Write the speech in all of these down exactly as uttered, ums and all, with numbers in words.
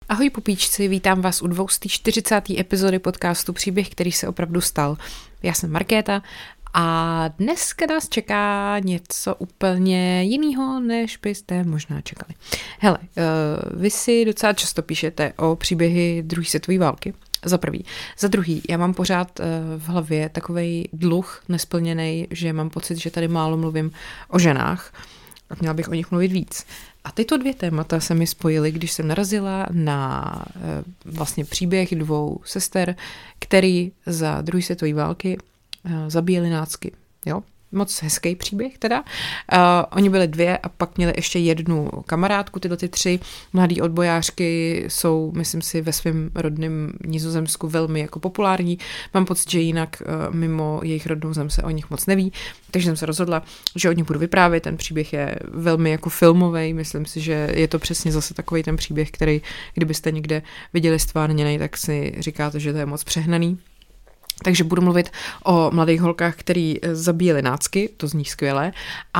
Ahoj pupíčci, vítám vás u dvouset čtyřicáté epizody podcastu Příběh, který se opravdu stal. Já jsem Markéta a dneska nás čeká něco úplně jiného, než byste možná čekali. Hele, uh, vy si docela často píšete o příběhy druhé světové války. Za prvý. Za druhý, já mám pořád uh, v hlavě takovej dluh nesplněný, že mám pocit, že tady málo mluvím o ženách a měla bych o nich mluvit víc. A tyto dvě témata se mi spojily, když jsem narazila na e, vlastně příběh dvou sester, který za druhé světové války e, zabíjeli nácky. Jo? Moc hezký příběh teda. Uh, oni byli dvě a pak měli ještě jednu kamarádku. Tyhle ty tři mladý odbojářky jsou, myslím si, ve svém rodném Nizozemsku velmi jako populární. Mám pocit, že jinak uh, mimo jejich rodnou zem se o nich moc neví, takže jsem se rozhodla, že o nich budu vyprávět. Ten příběh je velmi jako filmový. Myslím si, že je to přesně zase takový ten příběh, který, kdybyste někde viděli stvárněnej, tak si říkáte, že to je moc přehnaný. Takže budu mluvit o mladých holkách, který zabíjeli nácky, to zní skvěle,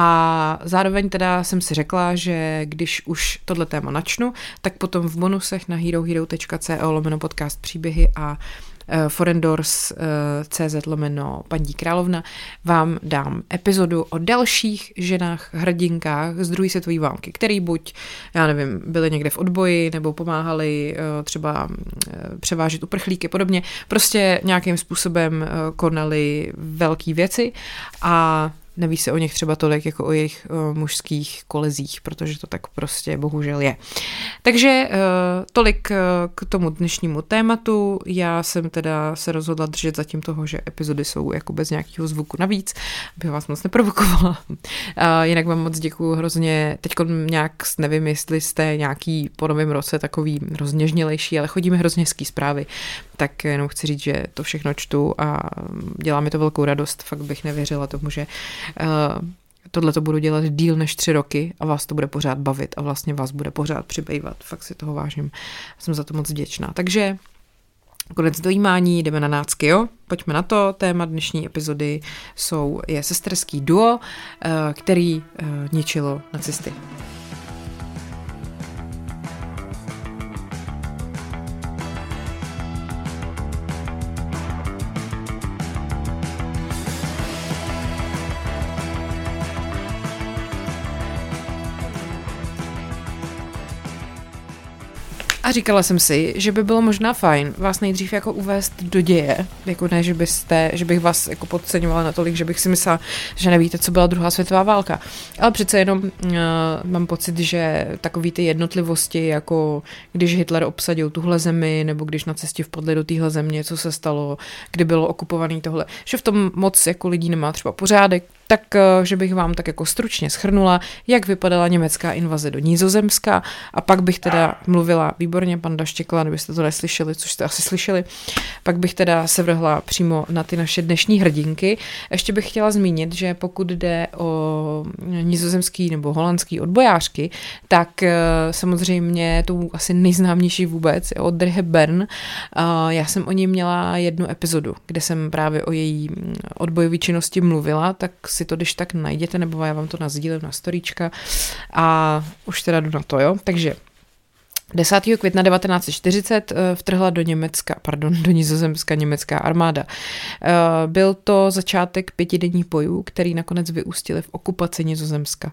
a zároveň teda jsem si řekla, že když už tohle téma načnu, tak potom v bonusech na herohero tečka co lomeno podcast příběhy a forendors tečka cz lomeno paní královna vám dám epizodu o dalších ženách hrdinkách z druhé světové války, který buď, já nevím, byly někde v odboji nebo pomáhali třeba převážet uprchlíky podobně, prostě nějakým způsobem konali velké věci a neví se o nich třeba tolik jako o jejich uh, mužských kolezích, protože to tak prostě bohužel je. Takže uh, tolik uh, k tomu dnešnímu tématu. Já jsem teda se rozhodla držet zatím toho, že epizody jsou jako bez nějakého zvuku navíc, aby vás moc neprovokovala. Uh, jinak vám moc děkuju hrozně. Teďko nějak nevím, jestli jste nějaký po novém roce takový rozněžnělejší, ale chodíme hrozně hezký zprávy. Tak jenom chci říct, že to všechno čtu a dělá mi to velkou radost. Fakt bych nevěřila tomu, že uh, tohle to budu dělat díl než tři roky a vás to bude pořád bavit a vlastně vás bude pořád přibývat. Fakt si toho vážím. Jsem za to moc vděčná. Takže konec dojímání, jdeme na nácky, jo? Pojďme na to. Téma dnešní epizody jsou, je sesterský duo, uh, který uh, ničilo nacisty. A říkala jsem si, že by bylo možná fajn vás nejdřív jako uvést do děje, jako ne, že byste, že bych vás jako podceňovala natolik, že bych si myslela, že nevíte, co byla druhá světová válka. Ale přece jenom uh, mám pocit, že takový ty jednotlivosti, jako když Hitler obsadil tuhle zemi, nebo když nacisti vpadli do téhle země, co se stalo, kdy bylo okupovaný tohle, že v tom moc jako lidí nemá třeba pořádek, tak, že bych vám tak jako stručně shrnula, jak vypadala německá invaze do Nizozemska a pak bych teda mluvila, výborně, panda štěkla, kdybyste to neslyšeli, což jste asi slyšeli, pak bych teda se vrhla přímo na ty naše dnešní hrdinky. Ještě bych chtěla zmínit, že pokud jde o nizozemský nebo holandský odbojářky, tak samozřejmě tou asi nejznámější vůbec je Audrey Hepburn. Já jsem o ní měla jednu epizodu, kde jsem právě o její odbojové činnosti mluvila, tak si to když tak najděte, nebo já vám to nasdílím na storíčka a už teda jdu na to, jo. Takže desátého května devatenáct set čtyřicet vtrhla do Německa, pardon, do Nizozemska německá armáda. Byl to začátek pětidenních bojů, který nakonec vyústily v okupaci Nizozemska.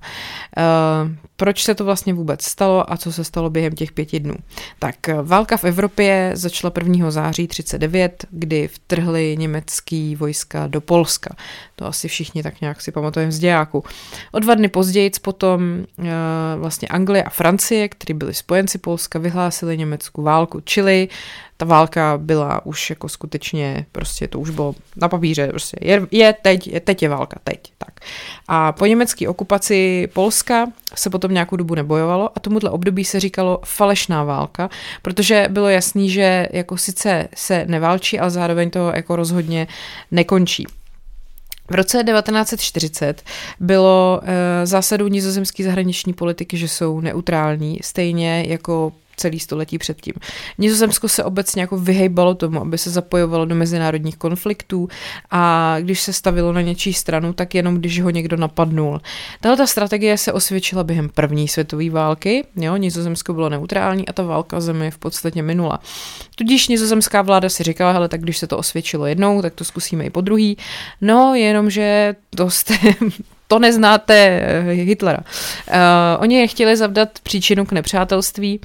Proč se to vlastně vůbec stalo a co se stalo během těch pěti dnů? Tak válka v Evropě začala prvního září třicet devět, kdy vtrhly německý vojska do Polska. To asi všichni tak nějak si pamatujeme z dějáku. O dva dny později potom vlastně Anglie a Francie, který byli spojenci Polska, vyhlásili Německu válku, čili ta válka byla už jako skutečně, prostě to už bylo na papíře, prostě je, je teď, je, teď je válka, teď, tak. A po německé okupaci Polska se potom nějakou dobu nebojovalo a tomuhle období se říkalo falešná válka, protože bylo jasný, že jako sice se neválčí, ale zároveň to jako rozhodně nekončí. V roce devatenáct set čtyřicet bylo e, zásadou nizozemské zahraniční politiky, že jsou neutrální, stejně jako celý století předtím. Nizozemsko se obecně jako vyhejbalo tomu, aby se zapojovalo do mezinárodních konfliktů a když se stavilo na něčí stranu, tak jenom když ho někdo napadnul. Tahle ta strategie se osvědčila během první světové války, jo, Nizozemsko bylo neutrální a ta válka zemi v podstatě minula. Tudíž nizozemská vláda si říkala, hele, tak když se to osvědčilo jednou, tak to zkusíme i po druhý. No, jenomže to jste... To neznáte Hitlera. Uh, oni je chtěli zavdat příčinu k nepřátelství,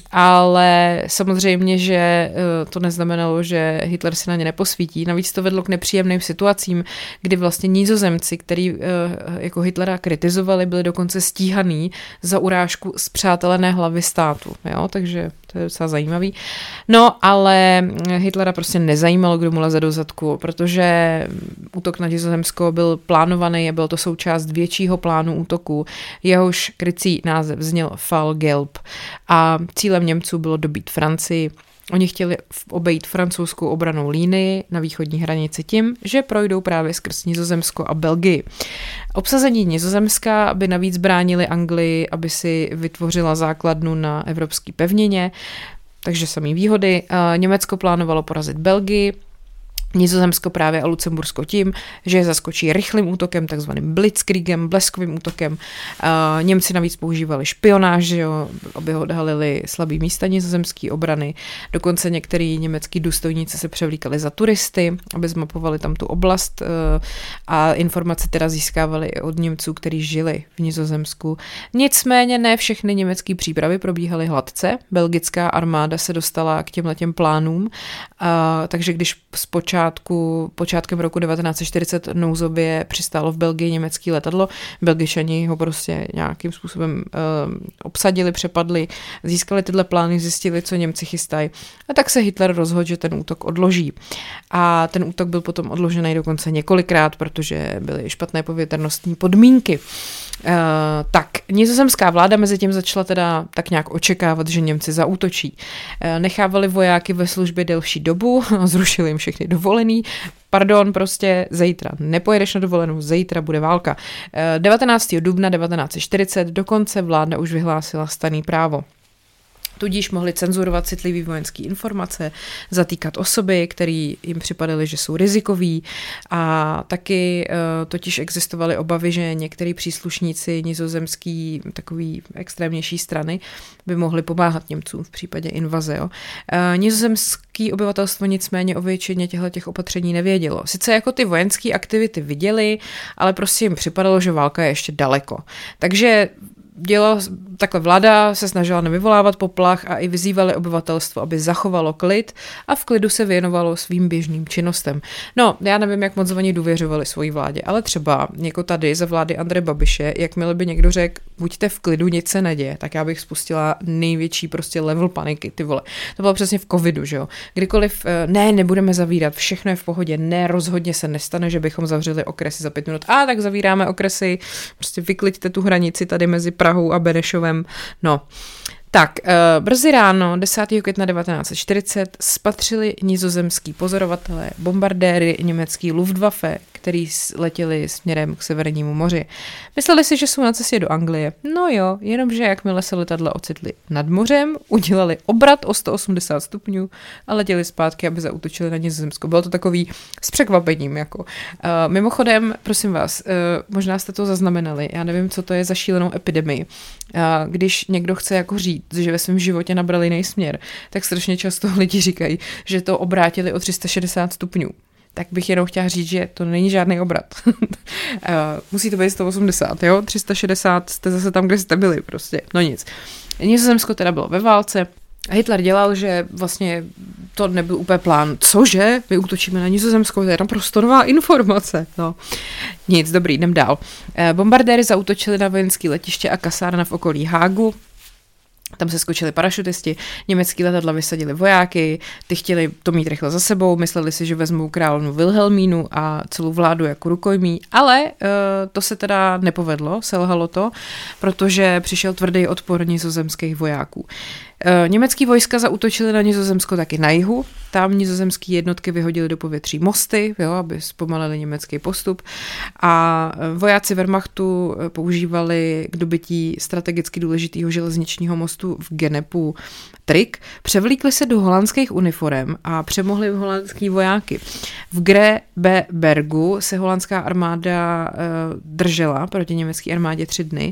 ale samozřejmě, že uh, to neznamenalo, že Hitler si na ně neposvítí. Navíc to vedlo k nepříjemným situacím, kdy vlastně Nizozemci, který uh, jako Hitlera kritizovali, byli dokonce stíhaný za urážku spřátelené hlavy státu. Jo? Takže to je docela zajímavý. No, ale Hitlera prostě nezajímalo, kdo mu leze do zadku, protože útok na Nizozemsko byl plánovaný a byl to součást většího plánu útoku. Jehož krycí název zněl Fall Gelb a cílem Němců bylo dobít Francii. Oni chtěli obejít francouzskou obranou línii na východní hranici tím, že projdou právě skrz Nizozemsko a Belgii. Obsazení Nizozemska by navíc bránili Anglii, aby si vytvořila základnu na evropské pevnině, takže samý výhody. Německo plánovalo porazit Belgii, Nizozemsko právě a Lucembursko tím, že je zaskočí rychlým útokem, takzvaným blitzkriegem, bleskovým útokem. Uh, Němci navíc používali špionáž, jo, aby odhalili slabý místa nizozemské obrany. Dokonce některý německý důstojníci se převlíkali za turisty, aby zmapovali tam tu oblast uh, a informace teda získávali i od Němců, kteří žili v Nizozemsku. Nicméně ne všechny německé přípravy probíhaly hladce. Belgická armáda se dostala k těmhletěm plánům, uh, takže když zpočátku Počátku, počátkem roku devatenáct set čtyřicet nouzově přistálo v Belgii německé letadlo. Belgičani ho prostě nějakým způsobem uh, obsadili, přepadli, získali tyhle plány, zjistili, co Němci chystají. A tak se Hitler rozhodl, že ten útok odloží. A ten útok byl potom odložený dokonce několikrát, protože byly špatné povětrnostní podmínky. Uh, tak, nizozemská vláda mezi tím začala teda tak nějak očekávat, že Němci zaútočí. Uh, nechávali vojáky ve službě delší dobu, zrušili jim všechny dovolený, pardon, prostě zítra nepojedeš na dovolenou, zítra bude válka. Uh, devatenáctého dubna devatenáct set čtyřicet dokonce vláda už vyhlásila stanné právo. Tudíž mohli cenzurovat citlivý vojenský informace, zatýkat osoby, které jim připadaly, že jsou rizikový a taky uh, totiž existovaly obavy, že některý příslušníci nizozemský takový extrémnější strany by mohli pomáhat Němcům v případě invaze. Jo. Uh, nizozemský obyvatelstvo nicméně o většině těchto opatření nevědělo. Sice jako ty vojenské aktivity viděli, ale prostě jim připadalo, že válka je ještě daleko. Takže dělala, takhle vláda se snažila nevyvolávat poplach a i vyzývali obyvatelstvo, aby zachovalo klid a v klidu se věnovalo svým běžným činnostem. No, já nevím, jak moc oni důvěřovali svojí vládě, ale třeba jako tady za vlády Andreje Babiše, jakmile by někdo řekl, buďte v klidu, nic se neděje, tak já bych spustila největší prostě level paniky, ty vole. To bylo přesně v covidu, že jo. Kdykoliv, ne, nebudeme zavírat, všechno je v pohodě, ne, rozhodně se nestane, že bychom zavřeli okresy za pět minut. A tak zavíráme okresy, prostě vykliďte tu hranici tady mezi Prahou a Benešovem. No, tak, uh, brzy ráno, desátého května devatenáct set čtyřicet, spatřili nizozemský pozorovatelé bombardéry německý Luftwaffe, který letěli směrem k Severnímu moři. Mysleli si, že jsou na cestě do Anglie. No jo, jenomže jakmile se letadla ocitli nad mořem, udělali obrat o sto osmdesát stupňů a letěli zpátky, aby zaútočili na Nizozemsko. Bylo to takový s překvapením. Jako. Uh, mimochodem, prosím vás, uh, možná jste to zaznamenali, já nevím, co to je za šílenou epidemii. Uh, když někdo chce jako říct, že ve svém životě nabral jiný směr, tak strašně často lidi říkají, že to obrátili o tři sta šedesát stupňů. Tak bych jenom chtěla říct, že to není žádný obrat. Musí to být sto osmdesát, jo? tři sta šedesát jste zase tam, kde jste byli prostě. No nic. Nizozemsko teda bylo ve válce. Hitler dělal, že vlastně to nebyl úplně plán. Cože? My útočíme na Nizozemsko, to je naprosto nová informace. No. Nic, dobrý, jdem dál. Bombardéry zaútočili na vojenské letiště a kasárna v okolí Hágu. Tam se skočili parašutisti, německý letadla vysadili vojáky, ty chtěli to mít rychle za sebou, mysleli si, že vezmou královnu Vilhelmínu a celou vládu jako rukojmí, ale uh, to se teda nepovedlo, selhalo to, protože přišel tvrdý odpor nizozemských vojáků. Německý vojska zaútočily na Nizozemsko taky na jihu. Tam nizozemské jednotky vyhodily do povětří mosty, jo, aby zpomalili německý postup. A vojáci Wehrmachtu používali k dobytí strategicky důležitého železničního mostu v Genepu trik. Převlíkli se do holandských uniform a přemohli holandský vojáky. V Grebebergu se holandská armáda držela proti německé armádě tři dny,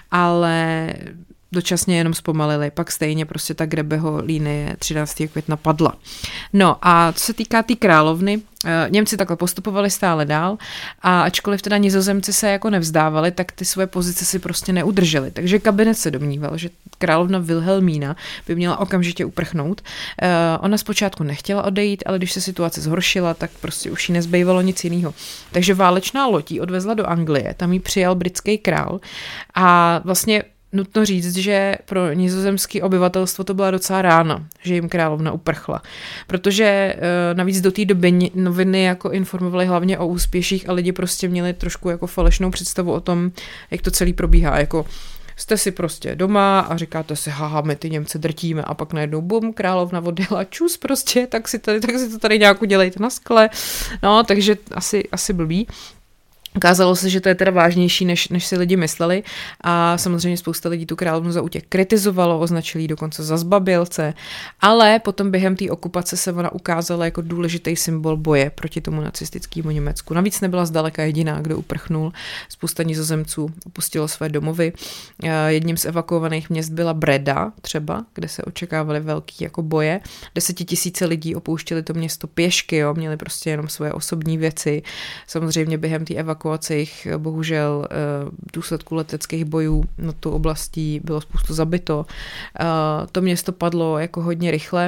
ale dočasně jenom zpomalili, pak stejně prostě ta Grebeho línie třináctého května padla. No a co se týká té tý královny, Němci takhle postupovali stále dál a ačkoliv teda Nizozemci se jako nevzdávali, tak ty své pozice si prostě neudrželi. Takže kabinet se domníval, že královna Wilhelmína by měla okamžitě uprchnout. Ona zpočátku nechtěla odejít, ale když se situace zhoršila, tak prostě už jí nezbývalo nic jiného. Takže válečná loď ji odvezla do Anglie, tam ji přijal britský král a vlastně nutno říct, že pro nizozemské obyvatelstvo to byla docela rána, že jim královna uprchla. Protože navíc do té doby noviny jako informovaly hlavně o úspěších a lidi prostě měli trošku jako falešnou představu o tom, jak to celý probíhá. Jako jste si prostě doma a říkáte si, haha, my ty Němce drtíme a pak najednou bum, královna odjela čus prostě, tak si, tady, tak si to tady nějak udělejte na skle. No, takže asi, asi blbý. Ukázalo se, že to je teda vážnější, než, než si lidi mysleli a samozřejmě spousta lidí tu královnu za útěk kritizovalo, označili ji dokonce za zbabělce, ale potom během té okupace se ona ukázala jako důležitý symbol boje proti tomu nacistickému Německu. Navíc nebyla zdaleka jediná, kdo uprchnul. Spousta Nizozemců opustilo své domovy. Jedním z evakuovaných měst byla Breda třeba, kde se očekávaly velký jako boje. Desetitisíce lidí opouštěli to město pěšky, jo, měli prostě jenom svoje osobní věci. Samozřejmě během té evakuace jich bohužel v důsledku leteckých bojů na tu oblastí bylo spoustu zabito. To město padlo jako hodně rychle.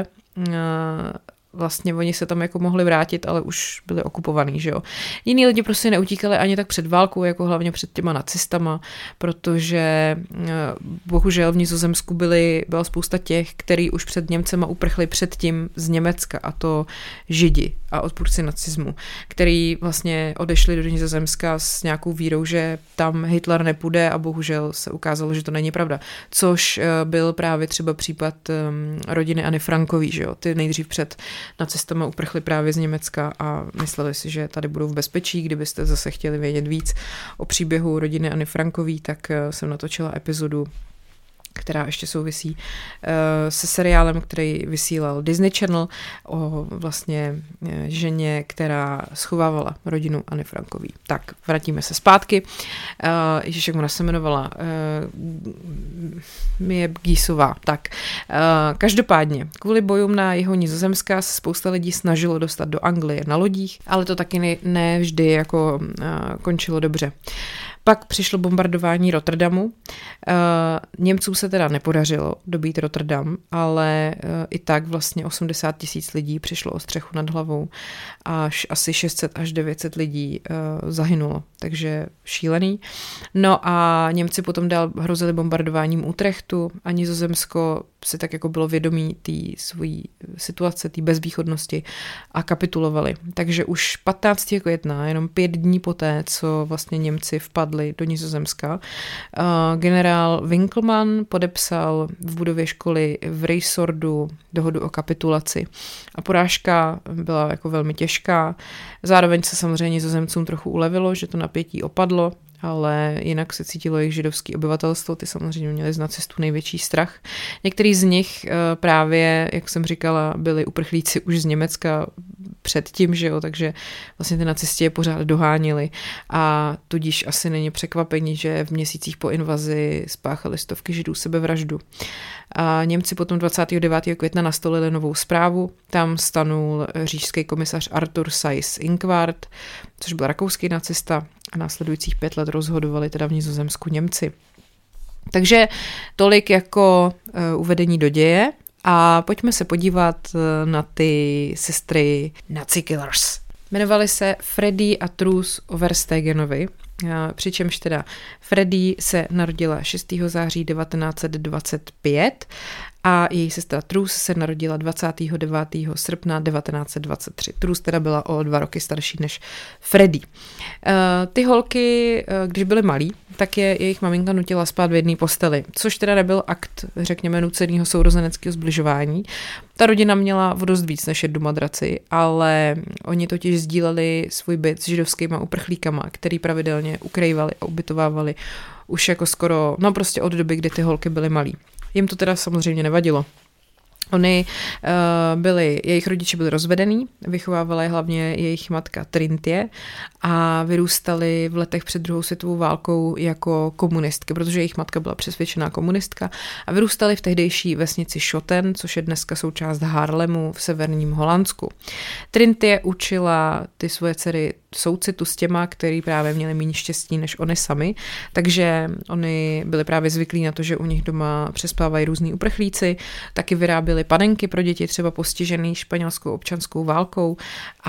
Vlastně oni se tam jako mohli vrátit, ale už byli okupovaný, že jo. Jiní lidi prostě neutíkali ani tak před válkou, jako hlavně před těma nacistama, protože bohužel v Nizozemsku byly, byla spousta těch, který už před Němcema uprchli předtím z Německa, a to Židi a odpůrci nacismu, který vlastně odešli do Nizozemska s nějakou vírou, že tam Hitler nepůjde, a bohužel se ukázalo, že to není pravda. Což byl právě třeba případ rodiny Anny Frankový, že jo. Ty nejdřív před nacistama uprchli právě z Německa a mysleli si, že tady budou v bezpečí. Kdybyste zase chtěli vědět víc o příběhu rodiny Anny Frankový, tak jsem natočila epizodu, která ještě souvisí uh, se seriálem, který vysílal Disney Channel, o vlastně uh, ženě, která schovávala rodinu Anny Frankový. Tak, vrátíme se zpátky. Uh, Ježiš, jak ona se jmenovala? Uh, Mie Gísová. Tak, uh, každopádně, kvůli bojům na jihu Nizozemska se spousta lidí snažilo dostat do Anglie na lodích, ale to taky ne, ne vždy jako uh, končilo dobře. Pak přišlo bombardování Rotterdamu. Němcům se teda nepodařilo dobít Rotterdam, ale i tak vlastně osmdesát tisíc lidí přišlo o střechu nad hlavou, až asi šest set až devět set lidí zahynulo, takže šílený. No a Němci potom dál hrozili bombardováním Utrechtu a Nizozemsko si tak jako bylo vědomí té svojí situace, té bezvýchodnosti, a kapitulovali. Takže už patnáctého května, jenom pět dní poté, co vlastně Němci vpadli do Nizozemska, generál Winkelmann podepsal v budově školy v Rejsordu dohodu o kapitulaci. A porážka byla jako velmi těžká. Zároveň se samozřejmě Nizozemcům trochu ulevilo, že to napětí opadlo, ale jinak se cítilo jejich židovský obyvatelstvo, ty samozřejmě měli z nacistů největší strach. Některý z nich právě, jak jsem říkala, byli uprchlíci už z Německa předtím, že jo, takže vlastně ty nacisti je pořád dohánili, a tudíž asi není překvapení, že v měsících po invazi spáchali stovky Židů sebevraždu. A Němci potom dvacátého devátého května nastolili novou správu, tam stanul říšský komisař Arthur Seyss-Inquart, což byl rakouský nacista, a následujících pět let rozhodovali teda v Nizozemsku Němci. Takže tolik jako uh, uvedení do děje, a pojďme se podívat na ty sestry Nazi Killers. Jmenovali se Freddy a Truus Overstegenovi, přičemž teda Freddy se narodila šestého září devatenáct set dvacet pět a její sestra Truth se narodila dvacátého devátého srpna devatenáct set dvacet tři. Truth teda byla o dva roky starší než Freddie. Ty holky, když byly malí, tak je jejich maminka nutila spát v jedné posteli, což teda nebyl akt, řekněme, nuceného sourozeneckého zbližování. Ta rodina měla o dost víc než jednu madraci, ale oni totiž sdíleli svůj byt s židovskýma uprchlíkama, který pravidelně ukrývali a ubytovávali už jako skoro, no prostě od doby, kdy ty holky byly malí. Jim to teda samozřejmě nevadilo. Oni uh, byli, jejich rodiče byli rozvedený, vychovávala je hlavně jejich matka Trintě a vyrůstali v letech před druhou světovou válkou jako komunistky, protože jejich matka byla přesvědčená komunistka a vyrůstali v tehdejší vesnici Schoten, což je dneska součást Haarlemu v severním Holandsku. Trintě učila ty svoje dcery soucitu s těma, který právě měli méně štěstí než oni sami, takže oni byli právě zvyklí na to, že u nich doma přespávají různý uprchlíci, taky vyráběli panenky pro děti třeba postižený španělskou občanskou válkou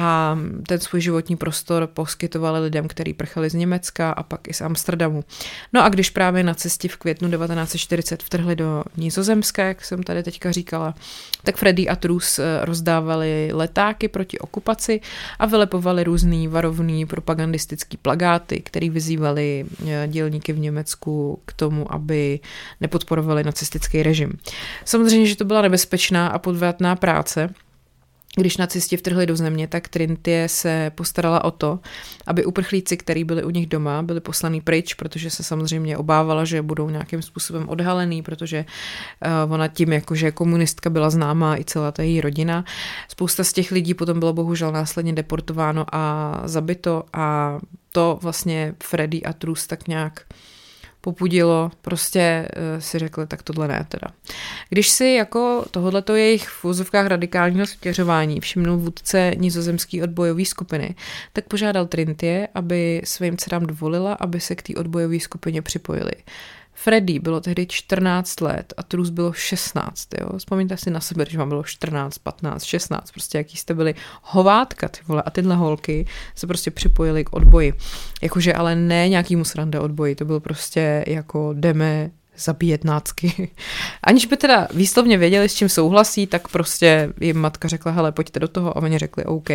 a ten svůj životní prostor poskytovali lidem, kteří prchali z Německa a pak i z Amsterdamu. No a když právě nacisti v květnu devatenáct set čtyřicet vtrhli do Nizozemska, jak jsem tady teďka říkala, tak Freddie a Truth rozdávali letáky proti okupaci a vylepovali různý varovný propagandistický plakáty, který vyzývali dělníky v Německu k tomu, aby nepodporovali nacistický režim. Samozřejmě, že to byla nebezpečná a podvratná práce. Když nacisti vtrhli do země, tak Trintě se postarala o to, aby uprchlíci, kteří byli u nich doma, byli poslaní pryč, protože se samozřejmě obávala, že budou nějakým způsobem odhalený, protože uh, ona tím, jakože komunistka byla známá i celá ta její rodina. Spousta z těch lidí potom bylo bohužel následně deportováno a zabito a to vlastně Freddie a Truth tak nějak popudilo, prostě uh, si řekli, tak tohle ne teda. Když si jako tohleto jejich v úzovkách radikálního stěřování všimnul vůdce nizozemský odbojové skupiny, tak požádal Trintě, aby svým dcerám dovolila, aby se k té odbojové skupině připojili. Freddie bylo tehdy čtrnáct let a Truth bylo šestnáct, jo. Vzpomínte si na sebe, když vám bylo čtrnáct, patnáct, šestnáct, prostě jaký jste byli hovátka, ty vole, a tyhle holky se prostě připojily k odboji. Jakože ale ne nějakýmu sranda odboji, to bylo prostě jako jdeme zabíjet nácky. Aniž by teda výslovně věděli, s čím souhlasí, tak prostě jim matka řekla, hele, pojďte do toho a oni řekli OK.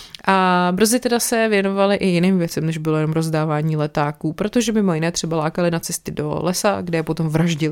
A brzy teda se věnovali i jiným věcem, než bylo jenom rozdávání letáků, protože mimo jiné třeba lákali nacisty do lesa, kde je potom vraždili.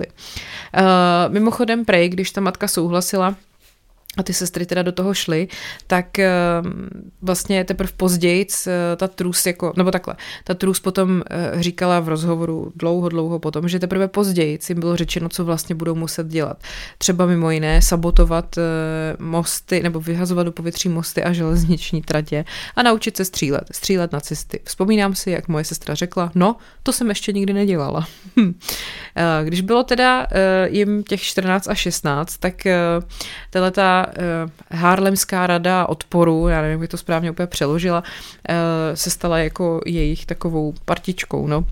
Uh, mimochodem prej, když ta matka souhlasila, a ty sestry teda do toho šly, tak uh, vlastně teprve později uh, ta Truth jako, nebo takhle, ta Truth potom uh, říkala v rozhovoru dlouho, dlouho potom, že teprve později jim bylo řečeno, co vlastně budou muset dělat. Třeba mimo jiné sabotovat uh, mosty, nebo vyhazovat do povětří mosty a železniční tratě a naučit se střílet, střílet nacisty. Vzpomínám si, jak moje sestra řekla, no, to jsem ještě nikdy nedělala. uh, když bylo teda uh, jim těch čtrnáct a šestnáct, tak uh, tato Haarlemská rada odporu, já nevím, jak bych to správně úplně přeložila, se stala jako jejich takovou partičkou. No.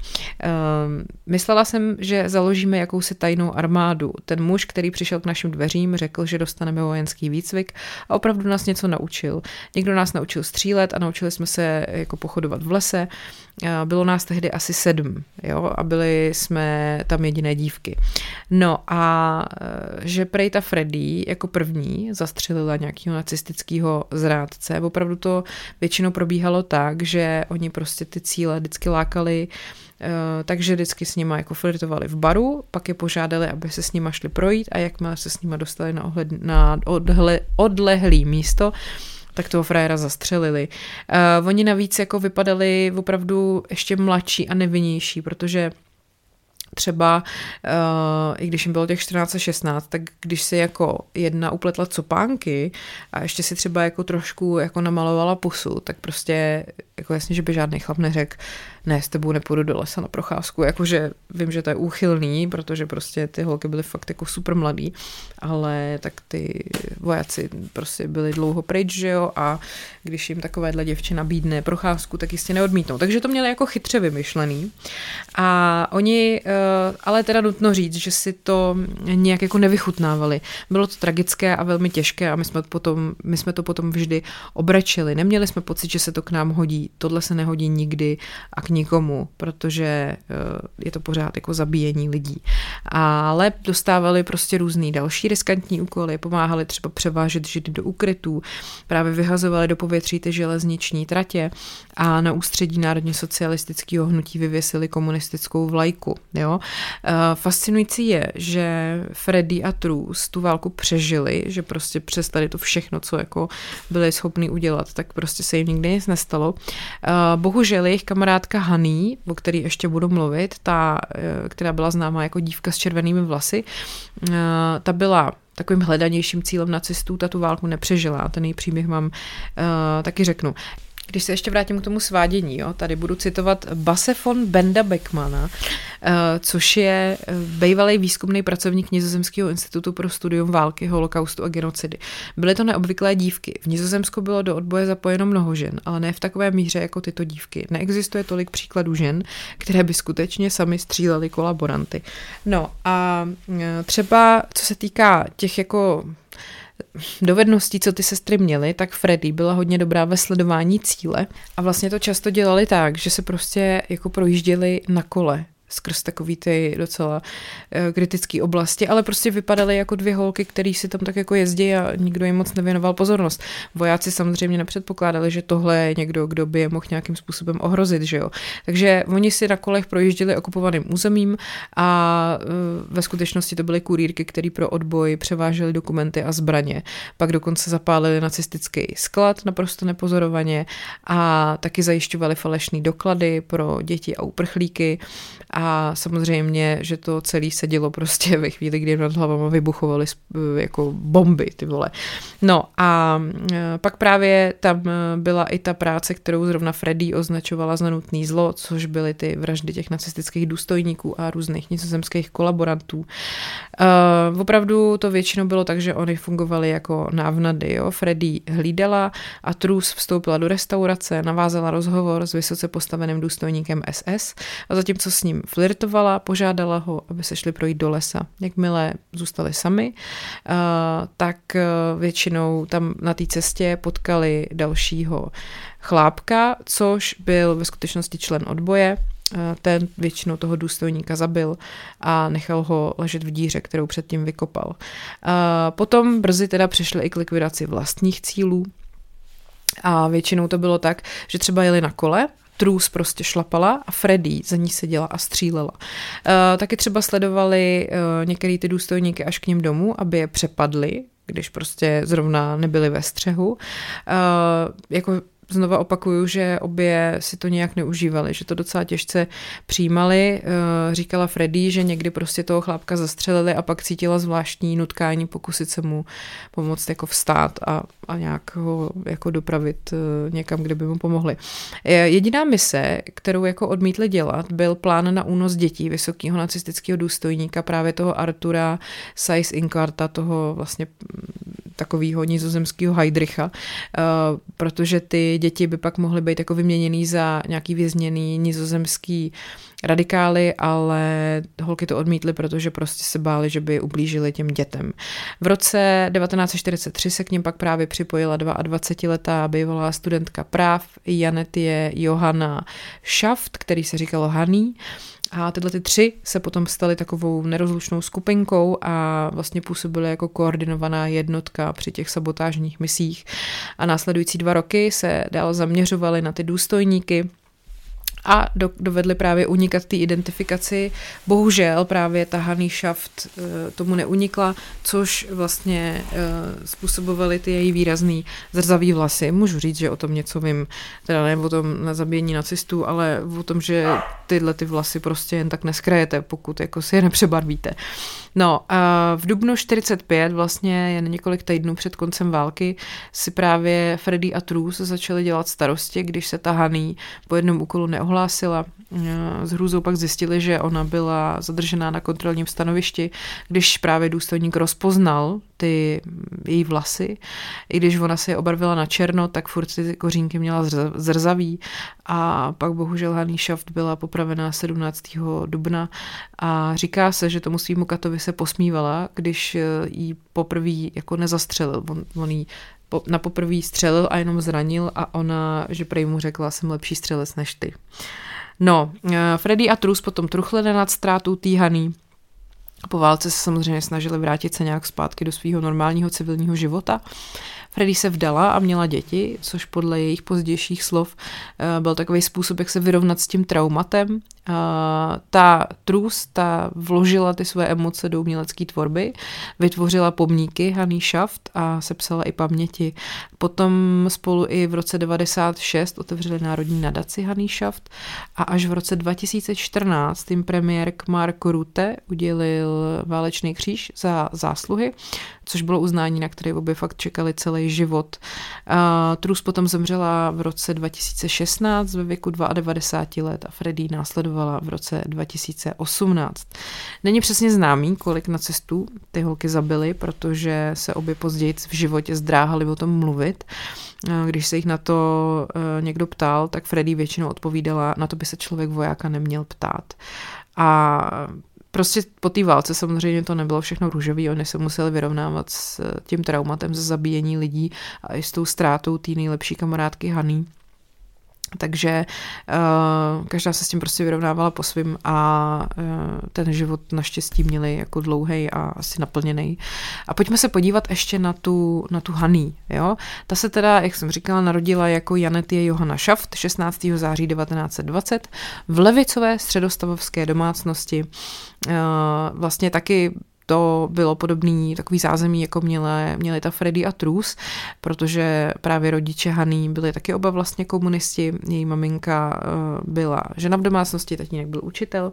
Myslela jsem, že založíme jakousi tajnou armádu. Ten muž, který přišel k našim dveřím, řekl, že dostaneme vojenský výcvik a opravdu nás něco naučil. Někdo nás naučil střílet a naučili jsme se jako pochodovat v lese. Bylo nás tehdy asi sedm, jo, a byli jsme tam jediné dívky. No a že prej ta Freddie jako první zastřelila nějakého nacistického zrádce. Opravdu to většinou probíhalo tak, že oni prostě ty cíle vždycky lákali, takže vždycky s nima jako flirtovali v baru, pak je požádali, aby se s nima šli projít a jakmile se s nima dostali na, ohled, na odhle, odlehlý místo, tak toho frajera zastřelili. Uh, oni navíc jako vypadali opravdu ještě mladší a nevinnější, protože třeba, uh, i když jim bylo těch čtrnáct a šestnáct, tak když si jako jedna upletla copánky a ještě si třeba jako trošku jako namalovala pusu, tak prostě jako jasně, že by žádný chlap neřekl, ne, s tebou nepůjdu do lesa na procházku, jakože vím, že to je úchylný, protože prostě ty holky byly fakt jako super mladý, ale tak ty vojáci prostě byli dlouho pryč, že jo, a když jim takovéhle děvče nabídne procházku, tak jistě neodmítnou. Takže to měli jako chytře vymyšlený. A oni, ale teda nutno říct, že si to nějak jako nevychutnávali. Bylo to tragické a velmi těžké a my jsme, potom, my jsme to potom vždy obrečili. Neměli jsme pocit, že se to k nám hodí. nehodí, tohle se nehodí nikdy a k nikomu, protože je to pořád jako zabíjení lidí. Ale dostávali prostě různý další riskantní úkoly, pomáhali třeba převážet židy do ukrytů, právě vyhazovali do povětří ty železniční tratě a na ústředí národně socialistického hnutí vyvěsili komunistickou vlajku. Jo? Fascinující je, že Freddy a Truss tu válku přežili, že prostě přes tady to všechno, co jako byli schopni udělat, tak prostě se jim nikdy nic nestalo. Bohužel jejich kamarádka Honey, o který ještě budu mluvit, ta, která byla známá jako dívka s červenými vlasy, ta byla takovým hledanějším cílem nacistů, ta tu válku nepřežila a ten její příběh vám uh, taky řeknu. Když se ještě vrátím k tomu svádění, jo, tady budu citovat Basse von Benda Beckmana, uh, což je bývalý výzkumný pracovník Nizozemského institutu pro studium války, holokaustu a genocidy. Byly to neobvyklé dívky. V Nizozemsku bylo do odboje zapojeno mnoho žen, ale ne v takové míře jako tyto dívky. Neexistuje tolik příkladů žen, které by skutečně sami střílely kolaboranty. No a třeba, co se týká těch jako dovedností, co ty sestry měly, tak Freddy byla hodně dobrá ve sledování cíle a vlastně to často dělali tak, že se prostě jako projížděli na kole skrz takový ty docela uh, kritické oblasti, ale prostě vypadaly jako dvě holky, který si tam tak jako jezdí a nikdo jim moc nevěnoval pozornost. Vojáci samozřejmě nepředpokládali, že tohle je někdo, kdo by je mohl nějakým způsobem ohrozit, že jo. Takže oni si na kolech projížděli okupovaným územím a uh, ve skutečnosti to byly kurýrky, který pro odboj převážely dokumenty a zbraně. Pak dokonce zapálili nacistický sklad naprosto nepozorovaně a taky zajišťovali falešný doklady pro děti a uprchlíky. A samozřejmě, že to celé se dělo prostě ve chvíli, kdy nad hlavama vybuchovaly jako bomby, ty vole. No a pak právě tam byla i ta práce, kterou zrovna Freddy označovala za nutný zlo, což byly ty vraždy těch nacistických důstojníků a různých nizozemských kolaborantů. Uh, opravdu to většinou bylo tak, že oni fungovali jako návnady. Jo? Freddy hlídala a Truss vstoupila do restaurace, navázala rozhovor s vysoce postaveným důstojníkem S S a zatímco s ním flirtovala, požádala ho, aby se šli projít do lesa. Jakmile zůstali sami, tak většinou tam na té cestě potkali dalšího chlápka, což byl ve skutečnosti člen odboje. Ten většinou toho důstojníka zabil a nechal ho ležet v díře, kterou předtím vykopal. Potom brzy teda přešli i k likvidaci vlastních cílů a většinou to bylo tak, že třeba jeli na kole, Truss prostě šlapala a Freddy za ní seděla a střílela. Uh, taky třeba sledovali uh, některý ty důstojníky až k ním domů, aby je přepadli, když prostě zrovna nebyli ve střehu. Uh, jako znova opakuju, že obě si to nějak neužívali, že to docela těžce přijímali. Říkala Freddy, že někdy prostě toho chlápka zastřelili a pak cítila zvláštní nutkání pokusit se mu pomoct jako vstát a, a nějak ho jako dopravit někam, kde by mu pomohli. Jediná mise, kterou jako odmítli dělat, byl plán na únos dětí vysokého nacistického důstojníka, právě toho Artura Seyss-Inquarta, toho vlastně takového nizozemského Heydricha, protože ty děti by pak mohly být jako vyměněný za nějaký vězněný nizozemský radikály, ale holky to odmítly, protože prostě se báli, že by ublížili těm dětem. V roce devatenáct set čtyřicet tři se k nim pak právě připojila dvaadvacetiletá bývalá studentka práv Janetje Johanna Schaft, který se říkalo Honey. A tyhle ty tři se potom staly takovou nerozlučnou skupinkou a vlastně působily jako koordinovaná jednotka při těch sabotážních misích. A následující dva roky se dál zaměřovaly na ty důstojníky a do, dovedli právě unikat té identifikaci. Bohužel právě ta Honey Schaft e, tomu neunikla, což vlastně e, způsobovaly ty její výrazný zrzavý vlasy. Můžu říct, že o tom něco vím, teda ne o tom na zabíjení nacistů, ale o tom, že tyhle ty vlasy prostě jen tak neskrajete, pokud jako si je nepřebarvíte. No a v dubnu čtyřicet pět, vlastně jen několik týdnů před koncem války, si právě Freddy a Truss začali dělat starosti, když se ta Honey po jednom úkolu neohlásila. S hrůzou pak zjistili, že ona byla zadržená na kontrolním stanovišti, když právě důstojník rozpoznal ty její vlasy. I když ona si je obarvila na černo, tak furt ty kořínky měla zrzavý a pak bohužel Hanný Schaft byla popravená sedmnáctého dubna a říká se, že tomu svýmu katovi se posmívala, když jí poprvé jako nezastřelil. On, on jí na poprvé střelil a jenom zranil a ona, že prej mu řekla, jsem lepší střelec než ty. No, Freddie a Truss potom truchlili nad ztrátou té Hanny. Po válce se samozřejmě snažili vrátit se nějak zpátky do svého normálního civilního života. Freddie se vdala a měla děti, což podle jejich pozdějších slov byl takový způsob, jak se vyrovnat s tím traumatem. Ta Truss, ta vložila ty své emoce do umělecké tvorby, vytvořila pomníky Hanny Schaft a sepsala i paměti. Potom spolu i v roce devadesát šest otevřeli Národní nadaci Hanny Schaft a až v roce dva tisíce čtrnáct jim premiérk Mark Rutte udělil válečný kříž za zásluhy, což bylo uznání, na které obě fakt čekali celý život. Truss potom zemřela v roce dva tisíce šestnáct ve věku devadesát dva let a Freddie následovala v roce dva tisíce osmnáct. Není přesně známý, kolik nacistů ty holky zabily, protože se obě později v životě zdráhali o tom mluvit. Když se jich na to někdo ptal, tak Freddie většinou odpovídala, na to by se člověk vojáka neměl ptát. A prostě po té válce samozřejmě to nebylo všechno růžový, oni se museli vyrovnávat s tím traumatem ze zabíjení lidí a i s tou ztrátou té nejlepší kamarádky Hanny. Takže uh, každá se s tím prostě vyrovnávala po svým a uh, ten život naštěstí měli jako dlouhej a asi naplněný. A pojďme se podívat ještě na tu, na tu Hanny. Jo? Ta se teda, jak jsem říkala, narodila jako Janettie Johanna Schaft šestnáctého září devatenáct set dvacet v levicové středostavovské domácnosti. Uh, vlastně taky to bylo podobný takový zázemí, jako měly, měly ta Freddie a Truss, protože právě rodiče Hanny byli taky oba vlastně komunisti. Její maminka byla žena v domácnosti, tatínek byl učitel.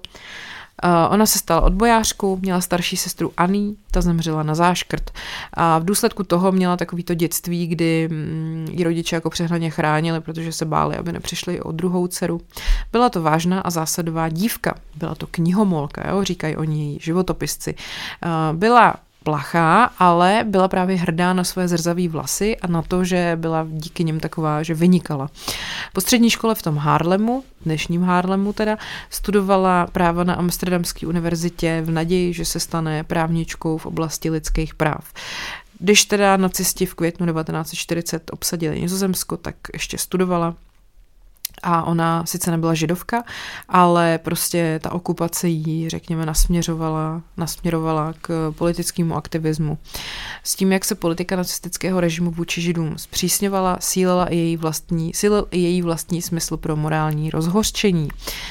Ona se stala odbojářkou, měla starší sestru Annie, ta zemřela na záškrt a v důsledku toho měla takovýto dětství, kdy ji rodiče jako přehnaně chránili, protože se báli, aby nepřišli o druhou dceru. Byla to vážná a zásadová dívka, byla to knihomolka, jo, říkají o ní životopisci. Byla plachá, ale byla právě hrdá na své zrzavý vlasy a na to, že byla díky nim taková, že vynikala. Po střední škole v tom Haarlemu, dnešním Haarlemu teda, studovala práva na Amsterdamské univerzitě v naději, že se stane právničkou v oblasti lidských práv. Když teda nacisti v květnu devatenáct set čtyřicet obsadili Nizozemsko, tak ještě studovala. A ona sice nebyla židovka, ale prostě ta okupace jí, řekněme, nasměřovala, nasměrovala k politickému aktivismu. S tím, jak se politika nacistického režimu vůči židům zpřísňovala, sílila i její vlastní, sílil i její vlastní smysl pro morální rozhořčení.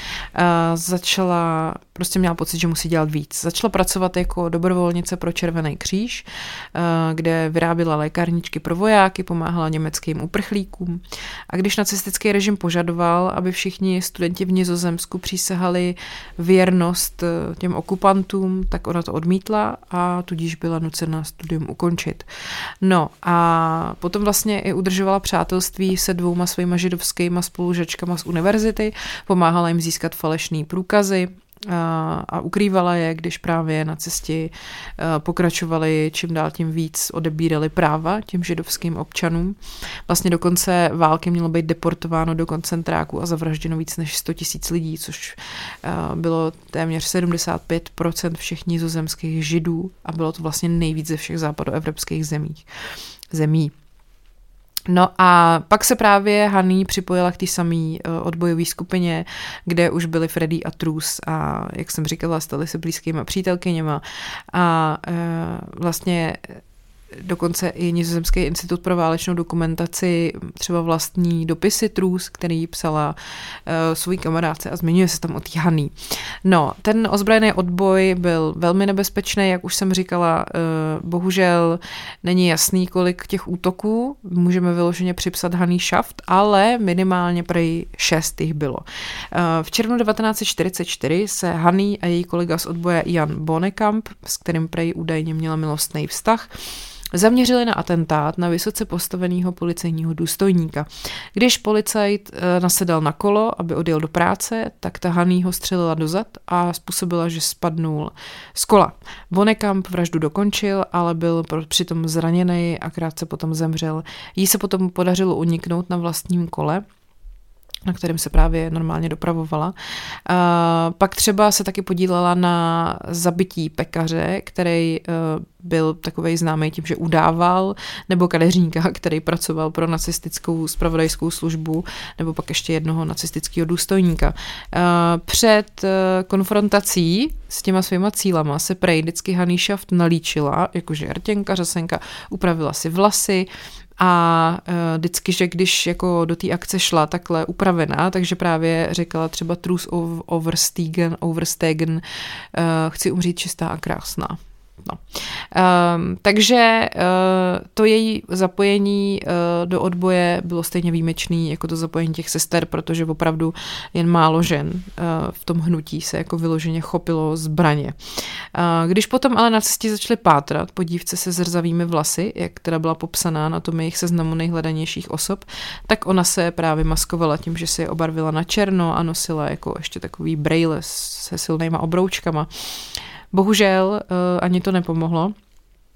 A začala, prostě měla pocit, že musí dělat víc. Začala pracovat jako dobrovolnice pro Červený kříž, kde vyráběla lékárničky pro vojáky, pomáhala německým uprchlíkům. A když nacistický režim požadoval, aby všichni studenti v Nizozemsku přísahali věrnost těm okupantům, tak ona to odmítla a tudíž byla nucena studium ukončit. No a potom vlastně i udržovala přátelství se dvouma svýma židovskýma spolužačkama z univerzity, pomáhala jim získat falešný průkazy a, a ukrývala je, když právě nacisti pokračovali čím dál tím víc odebírali práva těm židovským občanům. Vlastně do konce války mělo být deportováno do koncentráku a zavražděno víc než sto tisíc lidí, což bylo téměř sedmdesát pět procent všech nizozemských židů a bylo to vlastně nejvíc ze všech západoevropských zemí. zemí. No a pak se právě Hanny připojila k té samé odbojové skupině, kde už byly Freddie a Truss a jak jsem říkala, staly se blízkýma přítelkyněma a e, vlastně dokonce i Nizozemský institut pro válečnou dokumentaci třeba vlastní dopisy Truss, který psala uh, svůj kamarádce a zmiňuje se tam o té Hanny. No, ten ozbrojený odboj byl velmi nebezpečný, jak už jsem říkala, uh, bohužel není jasný, kolik těch útoků můžeme vyloženě připsat Hanny Schaft, ale minimálně prej šest jich bylo. Uh, v červnu devatenáct set čtyřicet čtyři se Hanny a její kolega z odboje Jan Bonekamp, s kterým prej údajně měla milostný vztah, zaměřili na atentát na vysoce postaveného policejního důstojníka. Když policajt nasedal na kolo, aby odjel do práce, tak ta Honey ho střelila dozad a způsobila, že spadnul z kola. Vonnekamp vraždu dokončil, ale byl přitom zraněný a krátce potom zemřel. Jí se potom podařilo uniknout na vlastním kole, na kterém se právě normálně dopravovala. A pak třeba se taky podílela na zabití pekaře, který byl takovej známý tím, že udával, nebo kadeřníka, který pracoval pro nacistickou zpravodajskou službu, nebo pak ještě jednoho nacistického důstojníka. Před konfrontací s těma svýma cílama se prej vždycky Honey Shaft nalíčila, jakože rtěnka, řasenka, upravila si vlasy, a vždycky, že když jako do té akce šla takhle upravená, takže právě říkala třeba Truth overstegen, overstegen, chci umřít čistá a krásná. No. Um, takže uh, to její zapojení uh, do odboje bylo stejně výjimečný jako to zapojení těch sester, protože opravdu jen málo žen uh, v tom hnutí se jako vyloženě chopilo zbraně. Uh, když potom ale nacisti začali pátrat po dívce se zrzavými vlasy, jak teda byla popsaná na tom jejich seznamu nejhledanějších osob, tak ona se právě maskovala tím, že se je obarvila na černo a nosila jako ještě takový brejle se silnýma obroučkama. Bohužel uh, ani to nepomohlo. Uh,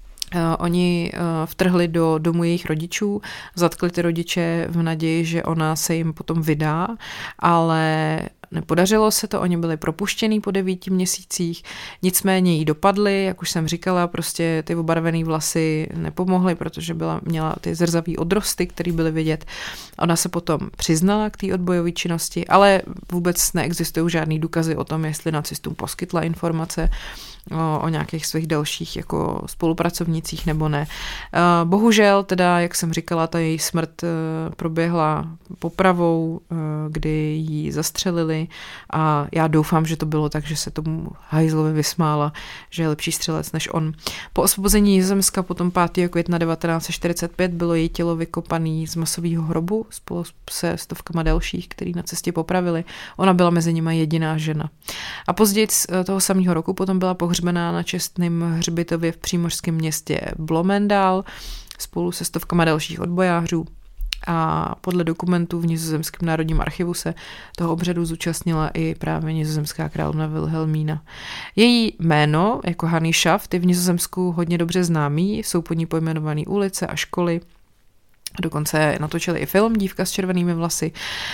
oni uh, vtrhli do domu jejich rodičů, zatkli ty rodiče v naději, že ona se jim potom vydá, ale nepodařilo se to, oni byli propuštění po devíti měsících, nicméně jí dopadly, jak už jsem říkala, prostě ty obarvený vlasy nepomohly, protože byla, měla ty zrzavý odrosty, které byly vidět. Ona se potom přiznala k té odbojové činnosti, ale vůbec neexistují žádný důkazy o tom, jestli nacistům poskytla informace o, o nějakých svých dalších jako spolupracovnicích nebo ne. Bohužel teda, jak jsem říkala, ta její smrt proběhla popravou, kdy ji zastřelili a já doufám, že to bylo tak, že se tomu hajzlovi vysmála, že je lepší střelec než on. Po osvobození Nizozemska potom pátého května devatenáct set čtyřicet pět bylo její tělo vykopané z masového hrobu spolu se stovkama dalších, který na cestě popravili. Ona byla mezi nimi jediná žena. A později toho samého roku potom byla pohřbená na čestném hřbitově v přímořském městě Blomendal spolu se stovkama dalších odbojářů. A podle dokumentů v Nizozemském národním archivu se toho obřadu zúčastnila i právě nizozemská královna Wilhelmína. Její jméno, jako Honey Shaft, je v Nizozemsku hodně dobře známý, jsou pod ní pojmenované ulice a školy. Dokonce natočili i film Dívka s červenými vlasy.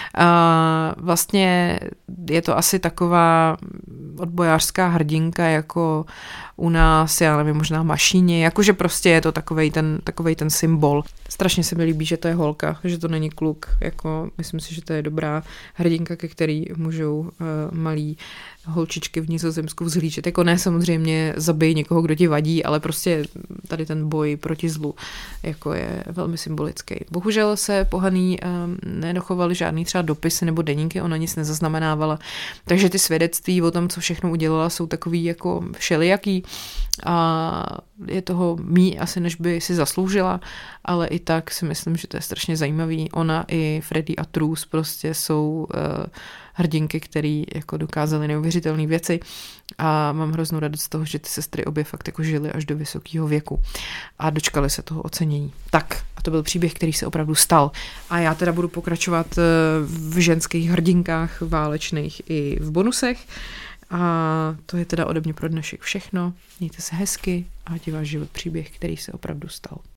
A vlastně je to asi taková odbojářská hrdinka jako u nás, já nevím, možná Mašíně, jakože prostě je to takovej ten, takovej ten symbol. Strašně se mi líbí, že to je holka, že to není kluk, jako myslím si, že to je dobrá hrdinka, ke který můžou uh, malí holčičky v Nizozemsku vzhlížet. Jako ne samozřejmě zabij někoho, kdo ti vadí, ale prostě tady ten boj proti zlu jako je velmi symbolický. Bohužel se po Honey um, nedochovaly žádný třeba dopisy nebo deníky, ona nic nezaznamenávala, takže ty svědectví o tom, co všechno udělala, jsou takový jako všelijaký a je toho míň asi, než by si zasloužila, ale i tak si myslím, že to je strašně zajímavý. Ona i Freddie a Truth prostě jsou uh, hrdinky, který jako dokázaly neuvěřitelné věci a mám hroznou radost z toho, že ty sestry obě fakt jako žily až do vysokého věku a dočkali se toho ocenění. Tak, a to byl příběh, který se opravdu stal. A já teda budu pokračovat v ženských hrdinkách válečných i v bonusech. A to je teda ode mě pro dnešek všechno. Mějte se hezky a ať je váš život příběh, který se opravdu stal.